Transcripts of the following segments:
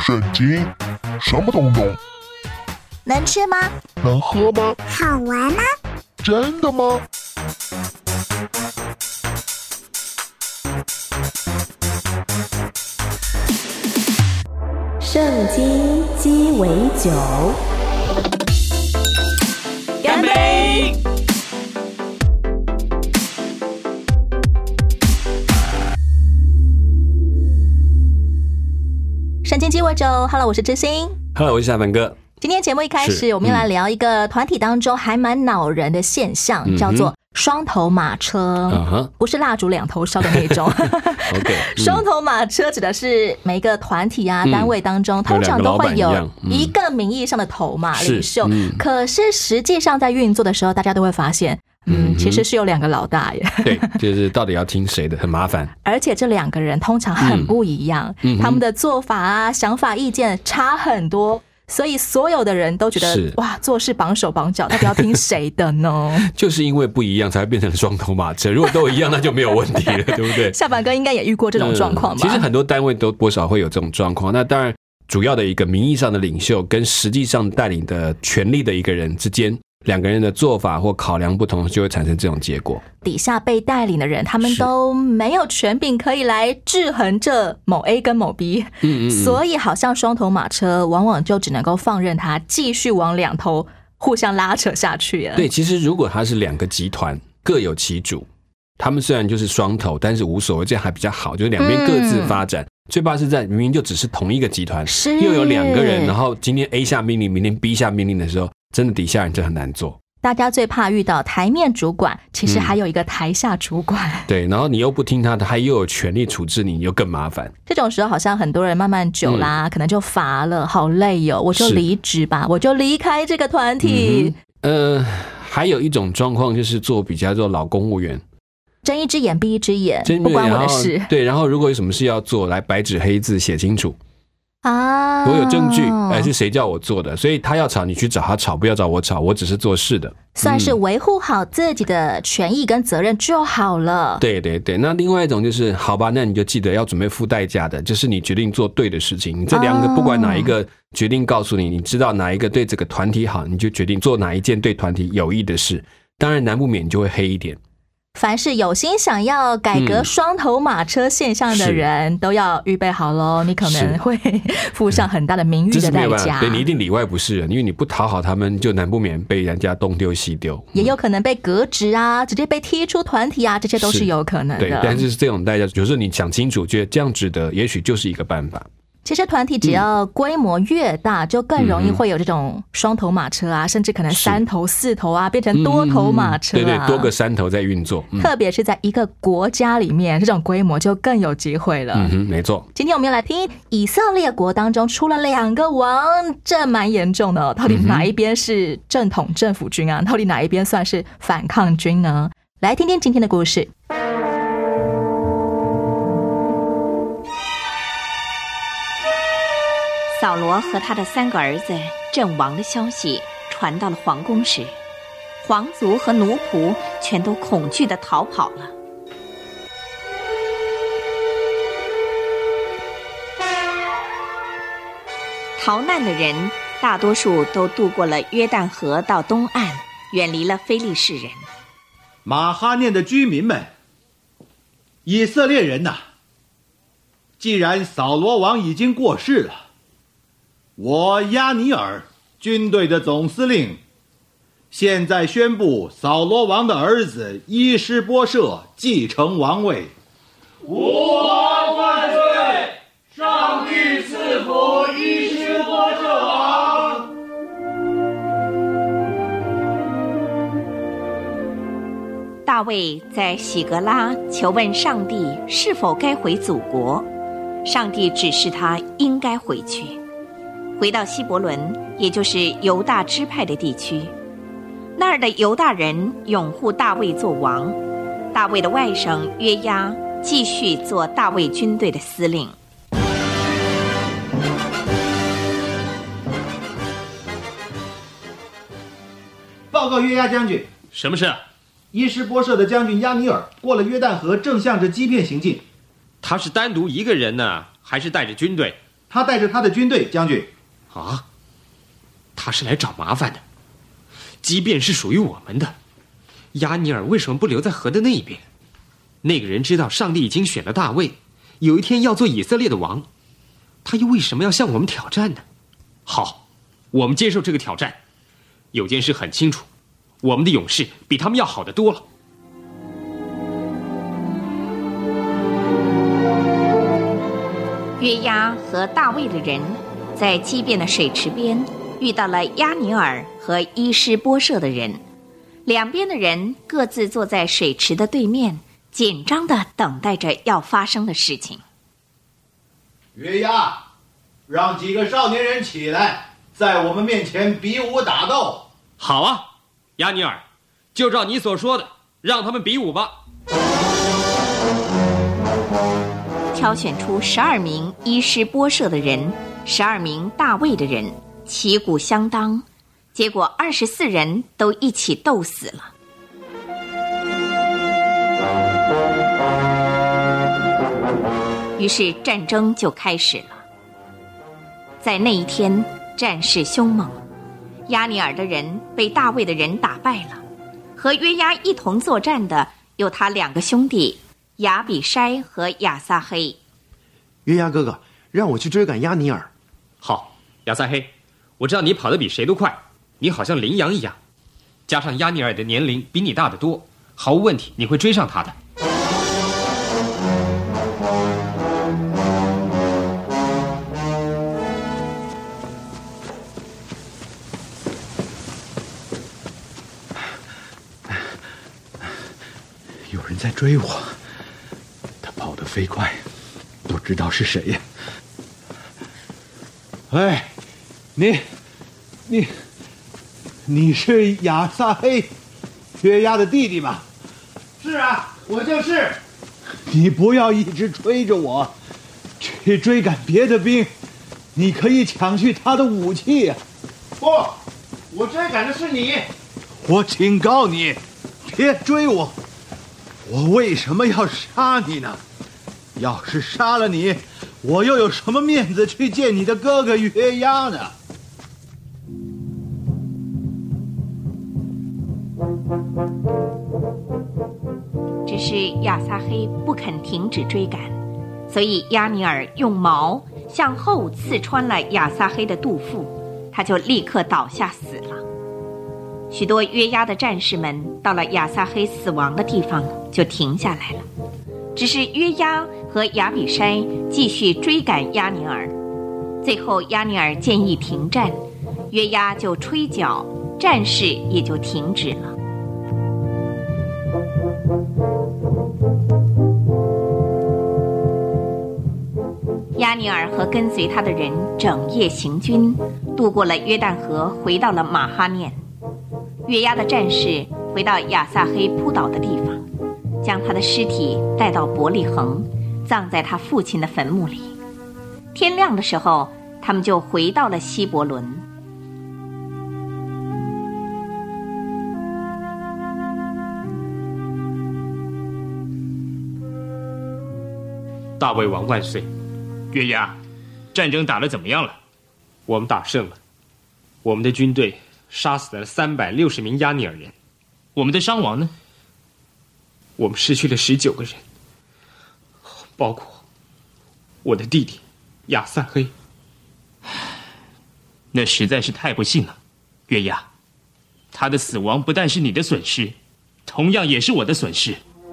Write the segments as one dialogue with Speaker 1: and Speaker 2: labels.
Speaker 1: 圣经，什么都懂。
Speaker 2: 能吃吗？
Speaker 1: 能喝吗？
Speaker 2: 好玩吗？
Speaker 1: 真的吗？
Speaker 3: 圣经鸡尾酒，
Speaker 4: 干杯！
Speaker 2: 圣经鸡尾酒 ，Hello， 我是知心。
Speaker 4: Hello， 我是夏凡哥。
Speaker 2: 今天节目一开始，我们来聊一个团体当中还蛮恼人的现象，叫做双头马车。不是蜡烛两头烧的那种。双头马车指的是每一个团体啊、单位当中，通常都会有一个名义上的头马领袖，可是实际上在运作的时候，大家都会发现。其实是有两个老大耶。
Speaker 4: 对，就是到底要听谁的，很麻烦。
Speaker 2: 而且这两个人通常很不一样，他们的做法啊、想法、意见差很多，所以所有的人都觉得哇，做事绑手绑脚，到底要听谁的呢？
Speaker 4: 就是因为不一样才会变成双头马车，如果都一样，那就没有问题了，对不对？
Speaker 2: 夏凡哥应该也遇过这种状况吧？
Speaker 4: 其实很多单位都多少会有这种状况。那当然，主要的一个名义上的领袖跟实际上带领的权力的一个人之间。两个人的做法或考量不同，就会产生这种结果。
Speaker 2: 底下被带领的人，他们都没有权柄可以来制衡这某 A 跟某 B，所以好像双头马车往往就只能够放任他继续往两头互相拉扯下去。
Speaker 4: 对，其实如果他是两个集团各有其主，他们虽然就是双头，但是无所谓，这样还比较好，就是两边各自发展。最怕是在明明就只是同一个集团，又有两个人，然后今天 A 下命令，明天 B 下命令的时候，真的底下人就很难做。
Speaker 2: 大家最怕遇到台面主管，其实还有一个台下主管。
Speaker 4: 对，然后你又不听他的，他又有权力处置你，又更麻烦。
Speaker 2: 这种时候好像很多人慢慢久啦，可能就乏了，好累哦，我就离职吧，我就离开这个团体。
Speaker 4: 还有一种状况就是做比较做老公务员。
Speaker 2: 睁一只眼闭一只眼，不关我的事。
Speaker 4: 对，然后如果有什么事要做，来白纸黑字写清楚啊，我有证据，是谁叫我做的，所以他要吵你去找他吵，不要找我吵，我只是做事的，
Speaker 2: 算是维护好自己的权益跟责任就好了。
Speaker 4: 对对对，那另外一种就是好吧，那你就记得要准备付代价的，就是你决定做对的事情。你这两个不管哪一个决定告诉你，你知道哪一个对这个团体好，你就决定做哪一件对团体有益的事。当然难不免就会黑一点。
Speaker 2: 凡是有心想要改革双头马车现象的人，都要预备好咯，你可能会付上很大的名誉的代价。
Speaker 4: 对，你一定里外不是人，因为你不讨好他们，就难不免被人家东丢西丢，
Speaker 2: 也有可能被革职啊，直接被踢出团体啊，这些都是有可能的。
Speaker 4: 对，但是这种代价，有时候你想清楚，觉得这样值得，也许就是一个办法。
Speaker 2: 其实团体只要规模越大，就更容易会有这种双头马车啊，甚至可能三头四头啊，变成多头马车啊。
Speaker 4: 对对，多个山头在运作。
Speaker 2: 特别是在一个国家里面，这种规模就更有机会了。
Speaker 4: 没错。
Speaker 2: 今天我们要来听以色列国当中出了两个王，这蛮严重的。到底哪一边是正统政府军啊？到底哪一边算是反抗军呢？来听听今天的故事。
Speaker 5: 扫罗和他的3个儿子阵亡的消息传到了皇宫时，皇族和奴仆全都恐惧地逃跑了。逃难的人大多数都渡过了约旦河到东岸，远离了非利士人。
Speaker 6: 马哈念的居民们，以色列人呐，既然扫罗王已经过世了，我亚尼尔军队的总司令现在宣布扫罗王的儿子伊施波设继承王位。
Speaker 7: 吾王万岁！上帝赐福伊施波设王。
Speaker 5: 大卫在喜格拉求问上帝是否该回祖国，上帝指示他应该回去。回到希伯伦，也就是犹大支派的地区，那儿的犹大人拥护大卫做王，大卫的外甥约押继续做大卫军队的司令。
Speaker 6: 报告约押将军。
Speaker 8: 什么事？
Speaker 6: 伊施波设的将军亚尼尔过了约旦河，正向着基遍行进。
Speaker 8: 他是单独一个人呢，还是带着军队？
Speaker 6: 他带着他的军队，将军。
Speaker 8: 啊，他是来找麻烦的。即便是属于我们的，亚尼尔为什么不留在河的那一边？那个人知道上帝已经选了大卫，有一天要做以色列的王，他又为什么要向我们挑战呢？好，我们接受这个挑战。有件事很清楚，我们的勇士比他们要好得多了。
Speaker 5: 约押和大卫的人在激变的水池边遇到了亚尼尔和伊施波设的人，两边的人各自坐在水池的对面，紧张地等待着要发生的事情。
Speaker 6: 约押，让几个少年人起来，在我们面前比武打斗。
Speaker 8: 好啊，亚尼尔，就照你所说的，让他们比武吧。
Speaker 5: 挑选出12名伊施波设的人，12名大卫的人，旗鼓相当，结果24人都一起斗死了。于是战争就开始了。在那一天，战事凶猛，亚尼尔的人被大卫的人打败了。和约押一同作战的有他2个兄弟亚比筛和亚撒黑。
Speaker 9: 约押哥哥，让我去追赶亚尼尔。
Speaker 8: 好，亚撒黑，我知道你跑得比谁都快，你好像羚羊一样，加上亚尼尔的年龄比你大得多，毫无问题，你会追上他的。
Speaker 6: 有人在追我，他跑得飞快，不知道是谁呀。哎，你是亚撒黑，约押的弟弟吗？
Speaker 9: 是啊，我就是。
Speaker 6: 你不要一直追着我，去追赶别的兵，你可以抢去他的武器呀。
Speaker 9: 不，我追赶的是你。
Speaker 6: 我警告你，别追我。我为什么要杀你呢？要是杀了你，我又有什么面子去见你的哥哥约押呢？
Speaker 5: 只是亚撒黑不肯停止追赶，所以亚尼尔用矛向后刺穿了亚撒黑的肚腹，他就立刻倒下死了。许多约押的战士们到了亚撒黑死亡的地方就停下来了，只是约押和亚比筛继续追赶亚尼尔。最后亚尼尔建议停战，约押就吹角，战事也就停止了。亚尼尔和跟随他的人整夜行军，渡过了约旦河，回到了马哈念。约押的战士回到亚撒黑扑倒的地方，将他的尸体带到伯利恒，葬在他父亲的坟墓里。天亮的时候，他们就回到了希伯伦。
Speaker 8: 大卫王万岁！
Speaker 10: 约押，战争打得怎么样了？
Speaker 8: 我们打胜了，我们的军队杀死了360名亚尼尔人。
Speaker 10: 我们的伤亡呢？
Speaker 8: 我们失去了19个人，包括我的弟弟亚撒黑。
Speaker 10: 那实在是太不幸了，约押。他的死亡不但是你的损失，同样也是我的损失。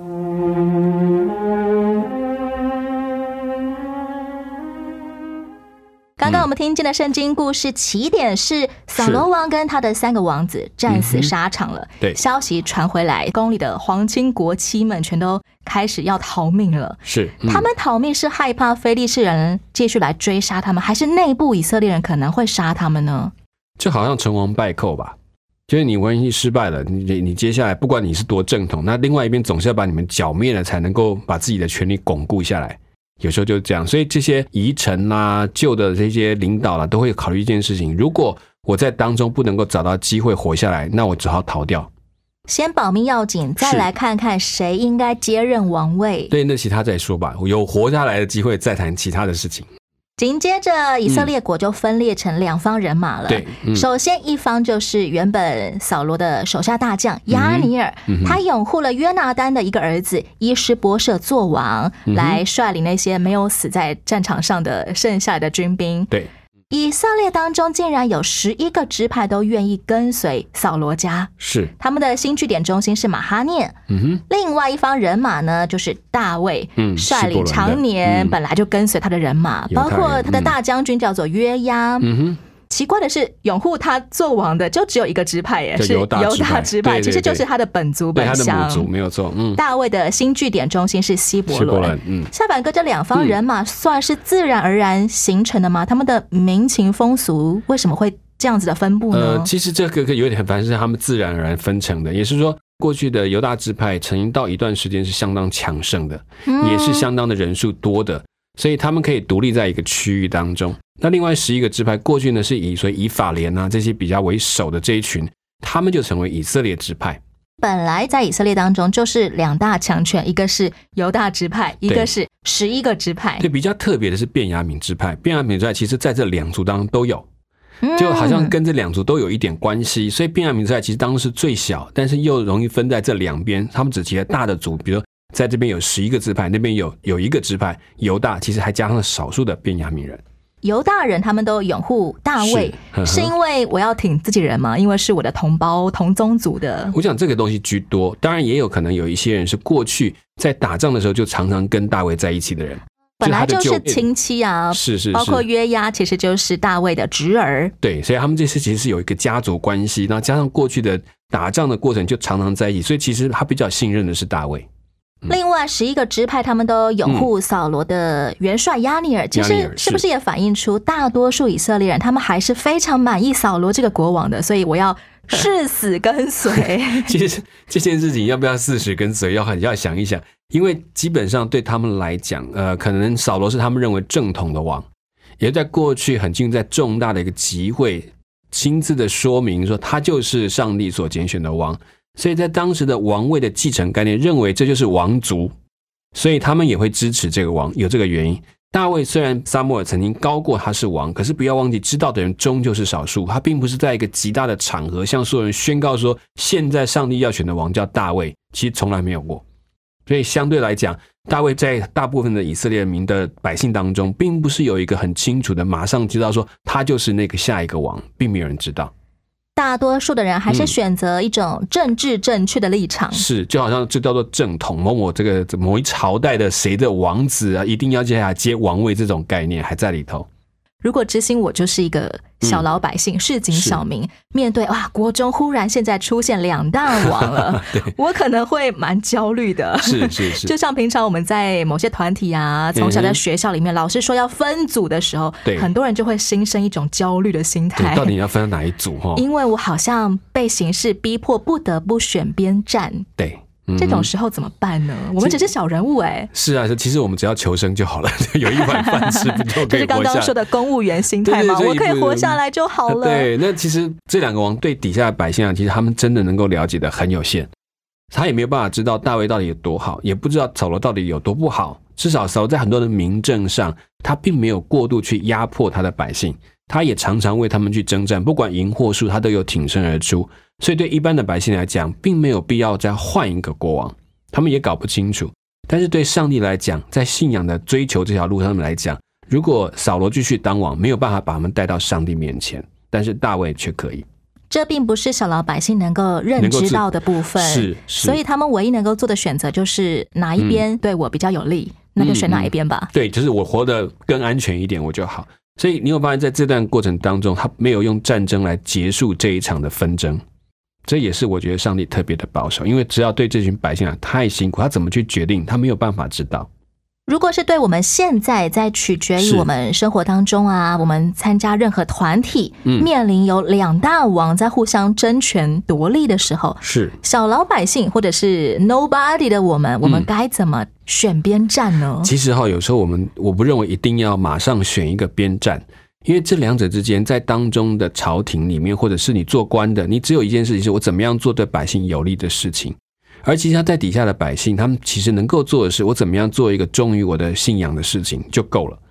Speaker 2: 刚刚我们听见的圣经故事起点是扫罗王跟他的3个王子战死沙场了。
Speaker 4: 对，
Speaker 2: 消息传回来，宫里的皇亲国戚们全都开始要逃命了。
Speaker 4: 是，
Speaker 2: 他们逃命是害怕非利士人继续来追杀他们，还是内部以色列人可能会杀他们呢？
Speaker 4: 就好像成王败寇吧，就是你瘟疫失败了，你接下来不管你是多正统，那另外一边总是要把你们剿灭了，才能够把自己的权力巩固下来。有时候就是这样，所以这些遗臣啦、旧的这些领导啦，都会考虑一件事情：如果我在当中不能够找到机会活下来，那我只好逃掉。
Speaker 2: 先保命要紧，再来看看谁应该接任王位。
Speaker 4: 对，那其他再说吧。有活下来的机会，再谈其他的事情。
Speaker 2: 紧接着以色列国就分裂成两方人马了。
Speaker 4: 对，
Speaker 2: 首先一方就是原本扫罗的手下大将亚尼尔，他拥护了约拿单的一个儿子伊施波设做王，来率领那些没有死在战场上的剩下的军兵。
Speaker 4: 对。
Speaker 2: 以色列当中竟然有11个支派都愿意跟随扫罗家，
Speaker 4: 是
Speaker 2: 他们的新据点中心是马哈念。另外一方人马呢，就是大卫，率领常年本来就跟随他的人马，包括他的大将军叫做约押。奇怪的是，拥护他做王的就只有一个支派耶，是犹大支派，其实就是他的本族本乡，
Speaker 4: 他的母族没有错。
Speaker 2: 大卫的新据点中心是希伯伦。下板哥这两方人马算是自然而然形成的吗？他们的民情风俗为什么会这样子的分布呢？
Speaker 4: 其实这个有点反正是他们自然而然分成的，也是说过去的犹大支派曾经到一段时间是相当强盛的，也是相当的人数多的，所以他们可以独立在一个区域当中。那另外11个支派过去呢是以法莲啊这些比较为首的这一群，他们就成为以色列支派。
Speaker 2: 本来在以色列当中就是两大强权，一个是犹大支派，一个是11个支派。
Speaker 4: 对，比较特别的是便雅悯支派。便雅悯支派其实在这两族当中都有，就好像跟这两族都有一点关系，所以便雅悯支派其实当中是最小，但是又容易分在这两边。他们只其他大的族，比如说在这边有11个支派，那边有一个支派犹大，其实还加上了少数的便雅悯人。
Speaker 2: 犹大人他们都拥护大卫，是因为我要挺自己人吗？因为是我的同胞同宗族的。
Speaker 4: 我想这个东西居多，当然也有可能有一些人是过去在打仗的时候就常常跟大卫在一起的人，
Speaker 2: 本来就是亲戚啊，
Speaker 4: 是
Speaker 2: 包括约押其实就是大卫的侄儿。
Speaker 4: 对，所以他们这次其实是有一个家族关系，然后加上过去的打仗的过程就常常在一起，所以其实他比较信任的是大卫。
Speaker 2: 另外11个支派他们都拥护扫罗的元帅亚尼尔，其实是不是也反映出大多数以色列人他们还是非常满意扫罗这个国王的，所以我要誓死跟随。
Speaker 4: 其实这件事情要不要誓死跟随要想一想，因为基本上对他们来讲可能扫罗是他们认为正统的王，也在过去很近在重大的一个集会亲自的说明说他就是上帝所拣选的王，所以在当时的王位的继承概念认为这就是王族，所以他们也会支持这个王，有这个原因。大卫虽然撒母耳曾经高过他是王，可是不要忘记知道的人终究是少数，他并不是在一个极大的场合向所有人宣告说现在上帝要选的王叫大卫，其实从来没有过。所以相对来讲，大卫在大部分的以色列民的百姓当中并不是有一个很清楚的马上知道说他就是那个下一个王，并没有人知道。
Speaker 2: 大多数的人还是选择一种政治正确的立场，
Speaker 4: 是就好像这叫做正统，某一朝代的谁的王子啊，一定要接下来接王位，这种概念还在里头。
Speaker 2: 如果知心我就是一个小老百姓，市井小民，面对国中忽然现在出现两大王了，我可能会蛮焦虑的。
Speaker 4: 是
Speaker 2: 就像平常我们在某些团体啊，从小在学校里面，老师说要分组的时候，很多人就会心生一种焦虑的心态。
Speaker 4: 到底要分到哪一组？
Speaker 2: 因为我好像被形势逼迫，不得不选边站。
Speaker 4: 对。
Speaker 2: 这种时候怎么办呢？我们只是小人物
Speaker 4: 是啊，其实我们只要求生就好了，有一碗饭吃不就可以活下来？
Speaker 2: 就是刚刚说的公务员心态嘛，我可以活下来就好了。
Speaker 4: 对，那其实这两个王对底下的百姓其实他们真的能够了解的很有限，他也没有办法知道大卫到底有多好，也不知道扫罗到底有多不好。至少扫罗在很多的民政上，他并没有过度去压迫他的百姓，他也常常为他们去征战，不管赢或输，他都有挺身而出。所以对一般的百姓来讲，并没有必要再换一个国王，他们也搞不清楚。但是对上帝来讲，在信仰的追求这条路上面来讲，如果扫罗继续当王，没有办法把他们带到上帝面前，但是大卫却可以。
Speaker 2: 这并不是小老百姓能够认知到的部分，
Speaker 4: 是
Speaker 2: 所以他们唯一能够做的选择就是哪一边对我比较有利，那就选哪一边吧。
Speaker 4: 对，就是我活得更安全一点我就好。所以你有发现在这段过程当中，他没有用战争来结束这一场的纷争，这也是我觉得上帝特别的保守，因为只要对这群百姓太辛苦，他怎么去决定他没有办法知道。
Speaker 2: 如果是对我们现在在取决于我们生活当中我们参加任何团体，面临有两大王在互相争权夺利的时候，
Speaker 4: 是
Speaker 2: 小老百姓或者是 nobody 的我们该怎么选边站呢？
Speaker 4: 其实有时候我不认为一定要马上选一个边站，因为这两者之间在当中的朝廷里面，或者是你做官的，你只有一件事情是我怎么样做对百姓有利的事情。而其实他在底下的百姓，他们其实能够做的是我怎么样做一个忠于我的信仰的事情就够了。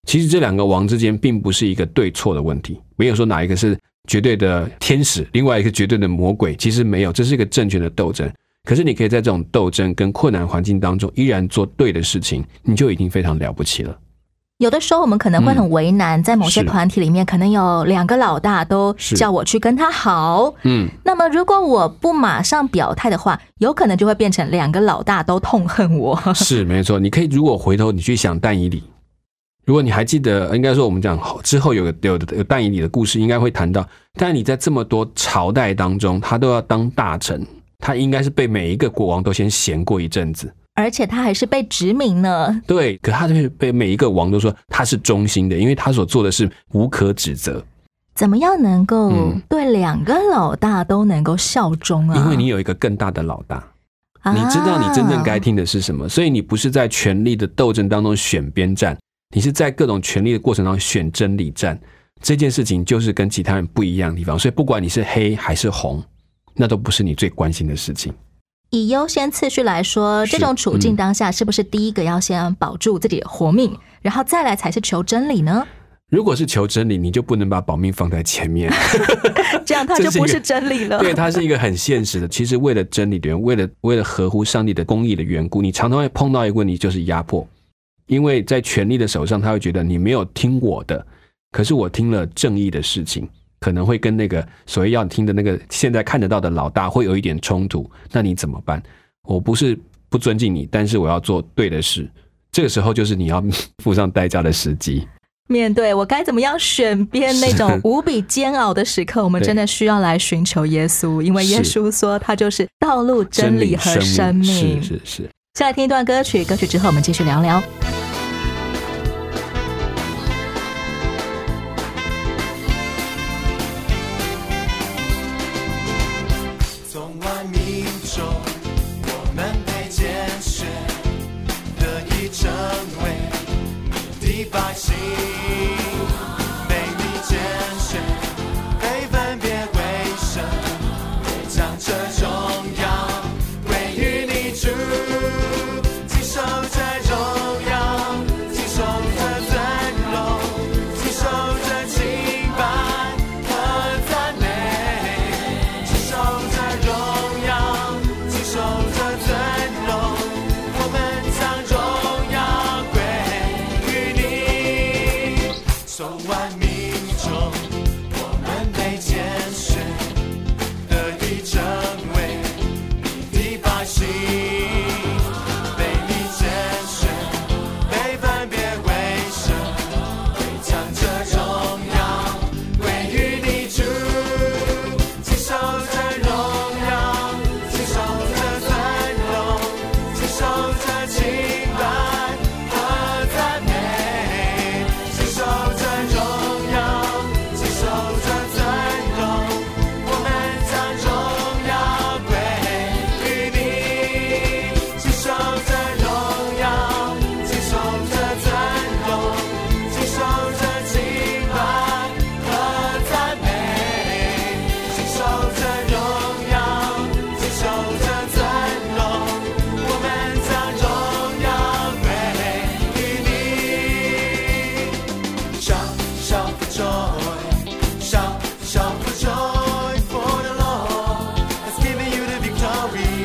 Speaker 4: 其实这两个王之间并不是一个对错的问题，没有说哪一个是绝对的天使，另外一个绝对的魔鬼，其实没有，这是一个政权的斗争。可是你可以在这种斗争跟困难环境当中依然做对的事情，你就已经非常了不起了。
Speaker 2: 有的时候我们可能会很为难，在某些团体里面可能有两个老大都叫我去跟他好，那么如果我不马上表态的话，有可能就会变成两个老大都痛恨我。是没错，你可以如果回头你去想但以理，如果你还记得，应该说我们讲之后有但以理的故事，应该会谈到但以理在这么多朝代当中，他都要当大臣，他应该是被每一个国王都先嫌过一阵子，而且他还是被殖民呢。对，可他被每一个王都说他是忠心的，因为他所做的是无可指责。怎么样能够对两个老大都能够效忠啊？因为你有一个更大的老大，你知道你真正该听的是什么，所以你不是在权力的斗争当中选边站，你是在各种权力的过程当中选真理站。这件事情就是跟其他人不一样的地方，所以不管你是黑还是红，那都不是你最关心的事情。以优先次序来说，这种处境当下是不是第一个要先保住自己的活命，然后再来才是求真理呢？如果是求真理，你就不能把保命放在前面这样它就不是真理了。对，它是一个很现实的，其实为了真理的人，为了合乎上帝的公义的缘故，你常常会碰到一个问题，就是压迫。因为在权力的手上，他会觉得你没有听我的，可是我听了正义的事情，可能会跟那个所谓要听的那个现在看得到的老大会有一点冲突，那你怎么办？我不是不尊敬你，但是我要做对的事，这个时候就是你要付上代价的时机。面对我该怎么样选边那种无比煎熬的时刻，我们真的需要来寻求耶稣，因为耶稣说他就是道路、真理和生命。是。下来听一段歌曲，歌曲之后我们继续聊聊。
Speaker 11: 百姓被你拣选，被分别为圣，将这荣耀归于你主，接受这荣耀，接受这尊荣，接受这敬拜和赞美，接受这荣耀，接受这尊荣，我们将荣耀归于你。众万民中，我们被拣选，得以成为你的百姓，被你拣选，被分别为圣，会将这荣耀归于你主，接受这荣耀，接受这尊荣，接受这敬拜和赞美，接受这荣耀，接受这尊荣，我们将荣耀归于你。接受这荣耀，接受这尊荣，接受这敬拜和赞美，接受这荣耀，接受这尊荣，我们将荣耀归于你。Shout, shout for joy, shout, shout for joy, for the Lord has given you the victory.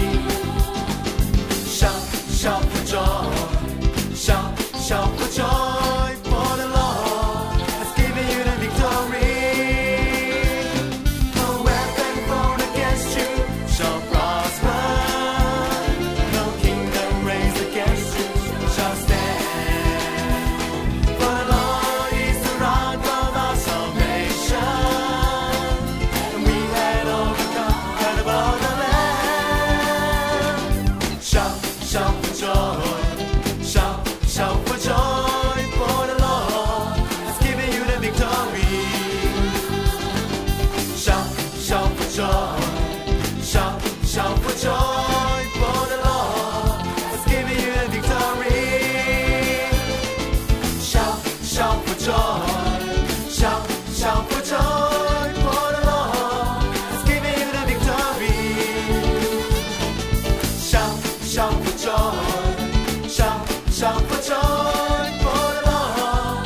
Speaker 11: Shout, shout for joy, shout, shout for joy, for the Lord has given you the victory. No weapon formed against you shall prosper, no kingdom raised against you shall stand. For the Lord is the rock of our salvation, and we had overcome and above the land. Shout, shout for joy, shout, shout for joy, for the Lord has given you the victory. Shout, shout for joy, shout, shout for joy, for the Lord has given you the victory. Shout, shout for joy, shout, shout for joy, for the Lord has given you the victory. Shout, shout for joy, shout, shout for joy, for the Lord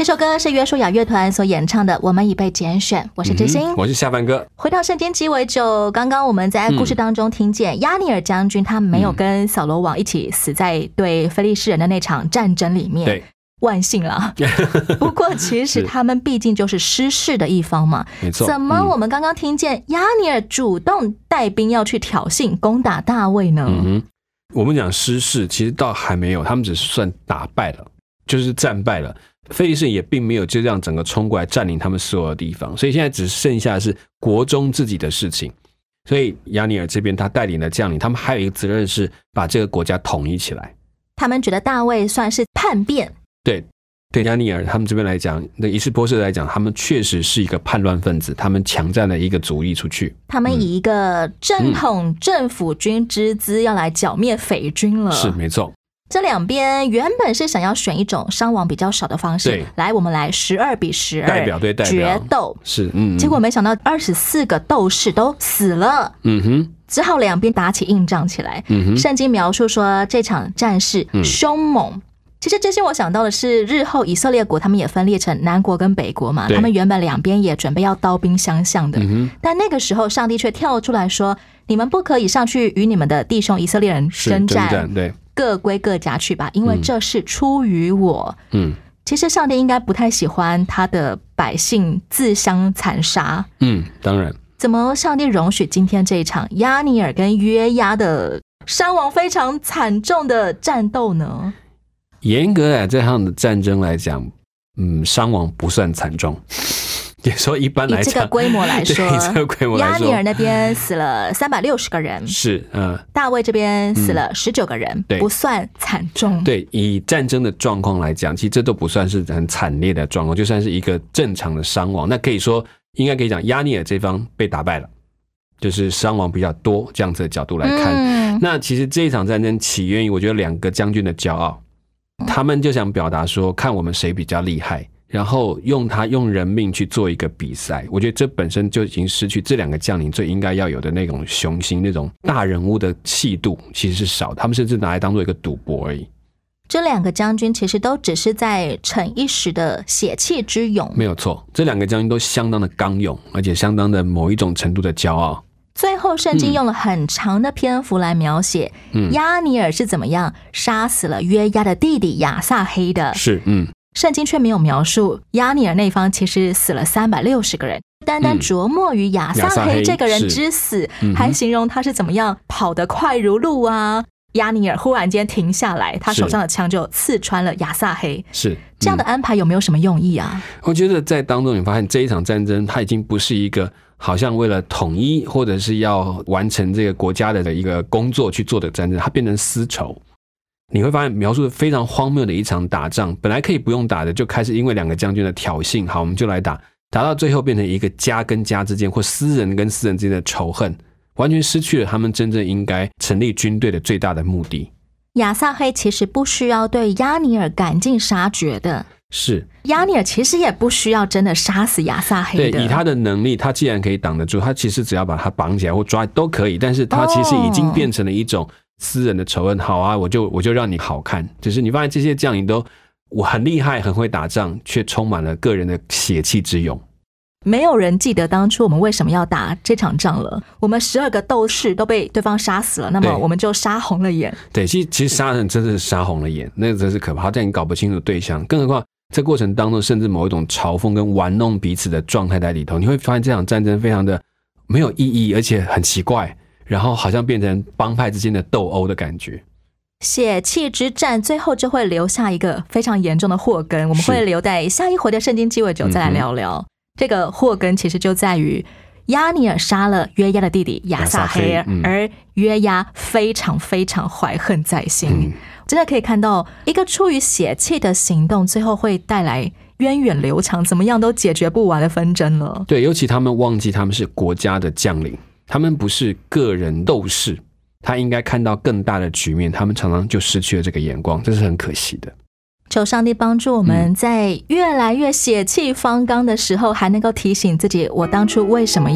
Speaker 2: 首歌是约书亚乐团所演唱的《我们已被拣选》，我是知心，
Speaker 4: 我是下半哥。
Speaker 2: 回到圣经鸡尾酒，刚刚我们在故事当中听见亚尼尔将军他没有跟扫罗王一起死在对非利士人的那场战争里面，
Speaker 4: 对，
Speaker 2: 万幸啦。不过其实他们毕竟就是失势的一方嘛，
Speaker 4: 没错。
Speaker 2: 怎么我们刚刚听见亚尼尔主动带兵要去挑衅攻打大卫呢？
Speaker 4: 我们讲失势其实倒还没有，他们只是算打败了，就是战败了。非利士人也并没有就这样整个冲过来占领他们所有的地方，所以现在只剩下的是国中自己的事情。所以亚尼尔这边他带领的将领，他们还有一个责任是把这个国家统一起来。
Speaker 2: 他们觉得大卫算是叛变，
Speaker 4: 对亚尼尔他们这边来讲，那以示波设来讲，他们确实是一个叛乱分子，他们强占了一个主意出去，
Speaker 2: 他们以一个正统政府军之姿要来剿灭匪军了。
Speaker 4: 是没错。
Speaker 2: 这两边原本是想要选一种伤亡比较少的方式，我们来12比12
Speaker 4: 代表对代表
Speaker 2: 决斗，
Speaker 4: 是
Speaker 2: 结果没想到24个斗士都死了，只好两边打起硬仗起来。圣经描述说这场战事凶猛。其实这些我想到的是日后以色列国他们也分裂成南国跟北国嘛，他们原本两边也准备要刀兵相向的，但那个时候上帝却跳出来说，你们不可以上去与你们的弟兄以色列人征战，
Speaker 4: 对，
Speaker 2: 各归各家去吧，因为这是出于我。其实上帝应该不太喜欢他的百姓自相残杀。
Speaker 4: 当然。
Speaker 2: 怎么上帝容许今天这一场亚尼尔跟约押的伤亡非常惨重的战斗呢？
Speaker 4: 严格来这样的战争来讲，伤亡不算惨重。也说一般来讲，
Speaker 2: 以这个规模来说，亚尼尔那边死了360个人，
Speaker 4: 是
Speaker 2: 大卫这边死了19个人，不算惨重。
Speaker 4: 对，以战争的状况来讲，其实这都不算是很惨烈的状况，就算是一个正常的伤亡。那可以说，应该可以讲，亚尼尔这方被打败了，就是伤亡比较多这样子的角度来看。那其实这一场战争起源于我觉得两个将军的骄傲，他们就想表达说，看我们谁比较厉害。然后用人命去做一个比赛，我觉得这本身就已经失去这两个将领最应该要有的那种雄心，那种大人物的气度其实是少，他们甚至拿来当做一个赌博而已。
Speaker 2: 这两个将军其实都只是在逞一时的血气之勇，
Speaker 4: 没有错，这两个将军都相当的刚勇，而且相当的某一种程度的骄傲。
Speaker 2: 最后圣经用了很长的篇幅来描写亚尼尔是怎么样杀死了约押的弟弟亚撒黑的，
Speaker 4: 是
Speaker 2: 圣经却没有描述亚尼尔那方其实死了360个人，单单琢磨于亚撒黑这个人之死，还形容他是怎么样跑得快如鹿啊。亚尼尔忽然间停下来，他手上的枪就刺穿了亚撒黑，
Speaker 4: 是
Speaker 2: 这样的安排有没有什么用意啊？
Speaker 4: 我觉得在当中你发现这一场战争它已经不是一个好像为了统一或者是要完成这个国家的一个工作去做的战争，它变成私仇。你会发现描述的非常荒谬的一场打仗，本来可以不用打的，就开始因为两个将军的挑衅，好，我们就来打到最后变成一个家跟家之间或私人跟私人之间的仇恨，完全失去了他们真正应该成立军队的最大的目的。
Speaker 2: 亚撒黑其实不需要对亚尼尔赶尽杀绝的，
Speaker 4: 是
Speaker 2: 亚尼尔其实也不需要真的杀死亚撒黑的。
Speaker 4: 对，以他的能力，他既然可以挡得住，他其实只要把他绑起来或抓都可以，但是他其实已经变成了一种私人的仇恨。好啊，我就让你好看。只是你发现这些将领都我很厉害很会打仗，却充满了个人的血气之勇。
Speaker 2: 没有人记得当初我们为什么要打这场仗了，我们12个斗士都被对方杀死了，那么我们就杀红了眼。
Speaker 4: 对，其实杀人真的是杀红了眼，那个真是可怕，但你搞不清楚对象，更何况这过程当中甚至某一种嘲讽跟玩弄彼此的状态在里头，你会发现这场战争非常的没有意义，而且很奇怪，然后好像变成帮派之间的斗殴的感觉。
Speaker 2: 血气之战最后就会留下一个非常严重的祸根，我们会留在下一回的圣经鸡尾酒再来聊聊。这个祸根其实就在于亚尼尔杀了约押的弟弟亚撒黑，而约押非常非常怀恨在心。真的可以看到一个出于血气的行动最后会带来源远流长怎么样都解决不完的纷争了。
Speaker 4: 对，尤其他们忘记他们是国家的将领，他们不是个人斗士，他应该看到更大的局面，他们常常就失去了这个眼光，这是很可惜的。
Speaker 2: 求上帝帮助我们在越来越血气方刚的时候，还能够提醒自己我当初为什么要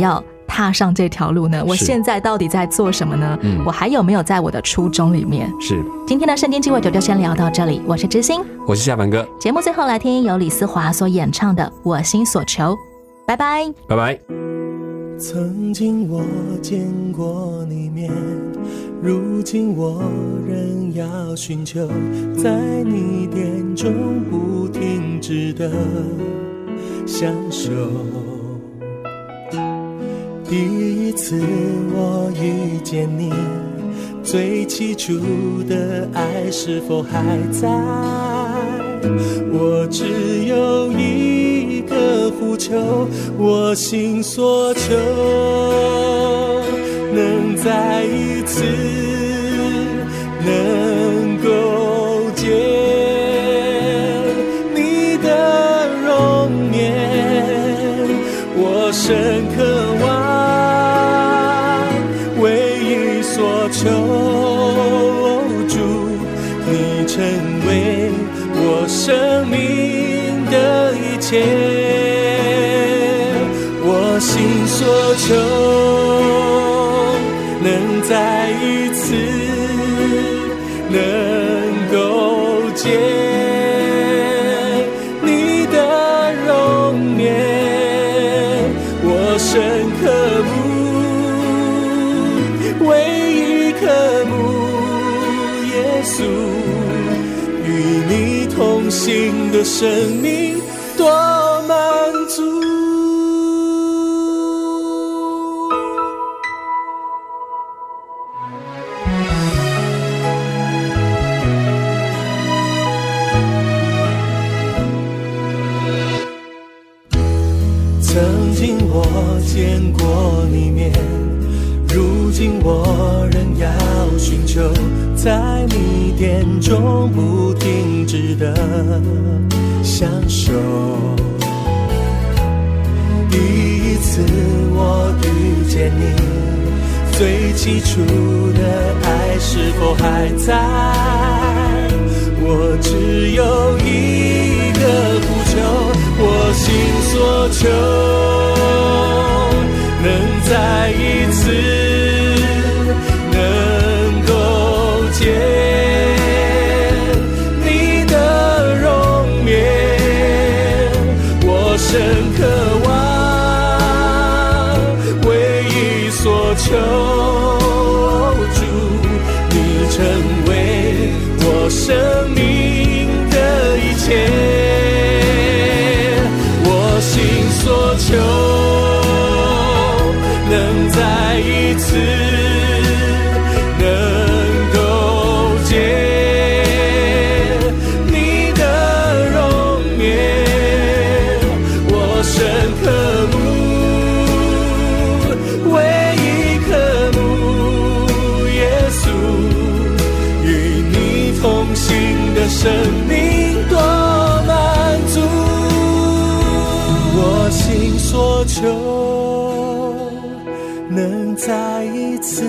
Speaker 2: 踏上这条路呢？我现在到底在做什么呢？我还有没有在我的初衷里面？是。今天的圣经鸡尾酒就先聊到这里，我是知心，
Speaker 4: 我是夏凡哥。
Speaker 2: 节目最后来听由李思华所演唱的《我心所求》，拜拜，
Speaker 4: 拜拜。
Speaker 11: 曾经我见过你面，如今我仍要寻求，在你殿中不停止的享受。第一次我遇见你，最起初的爱是否还在？我只有一个呼求，我心所求，能再一次能够见你的容颜，我深渴望，唯一所求，主你成为我生命的一切，我心所求，能再一次能够见你的容颜，我深刻慕，唯一渴慕耶稣，与你同行的生命多满足。曾经我见过你面，如今我仍要寻求，在你殿中不停止的享受。第一次我遇见你，最起初的爱是否还在？我只有一个呼求，我心所求，能再一次能够见你的容颜，我深渴望，唯一所求，主你成为我生命的一切，我心所求，能再一次能够见你的容颜，我深刻慕，唯一渴慕耶稣，与你同行的生命多满足，我心所求，能再一次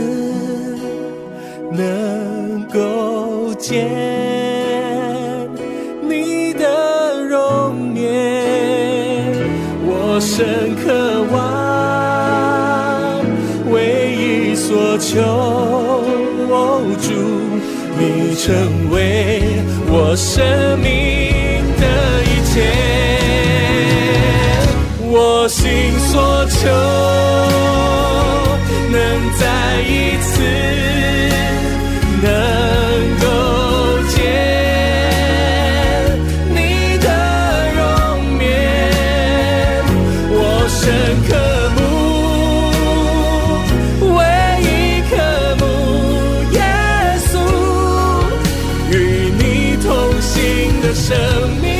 Speaker 11: 能够见你的容颜，我深渴望，唯一所求，主你成为我生命的一切，我心所求，能再一次能够见你的容颜，我深刻慕，唯一渴慕耶稣，与你同行的生命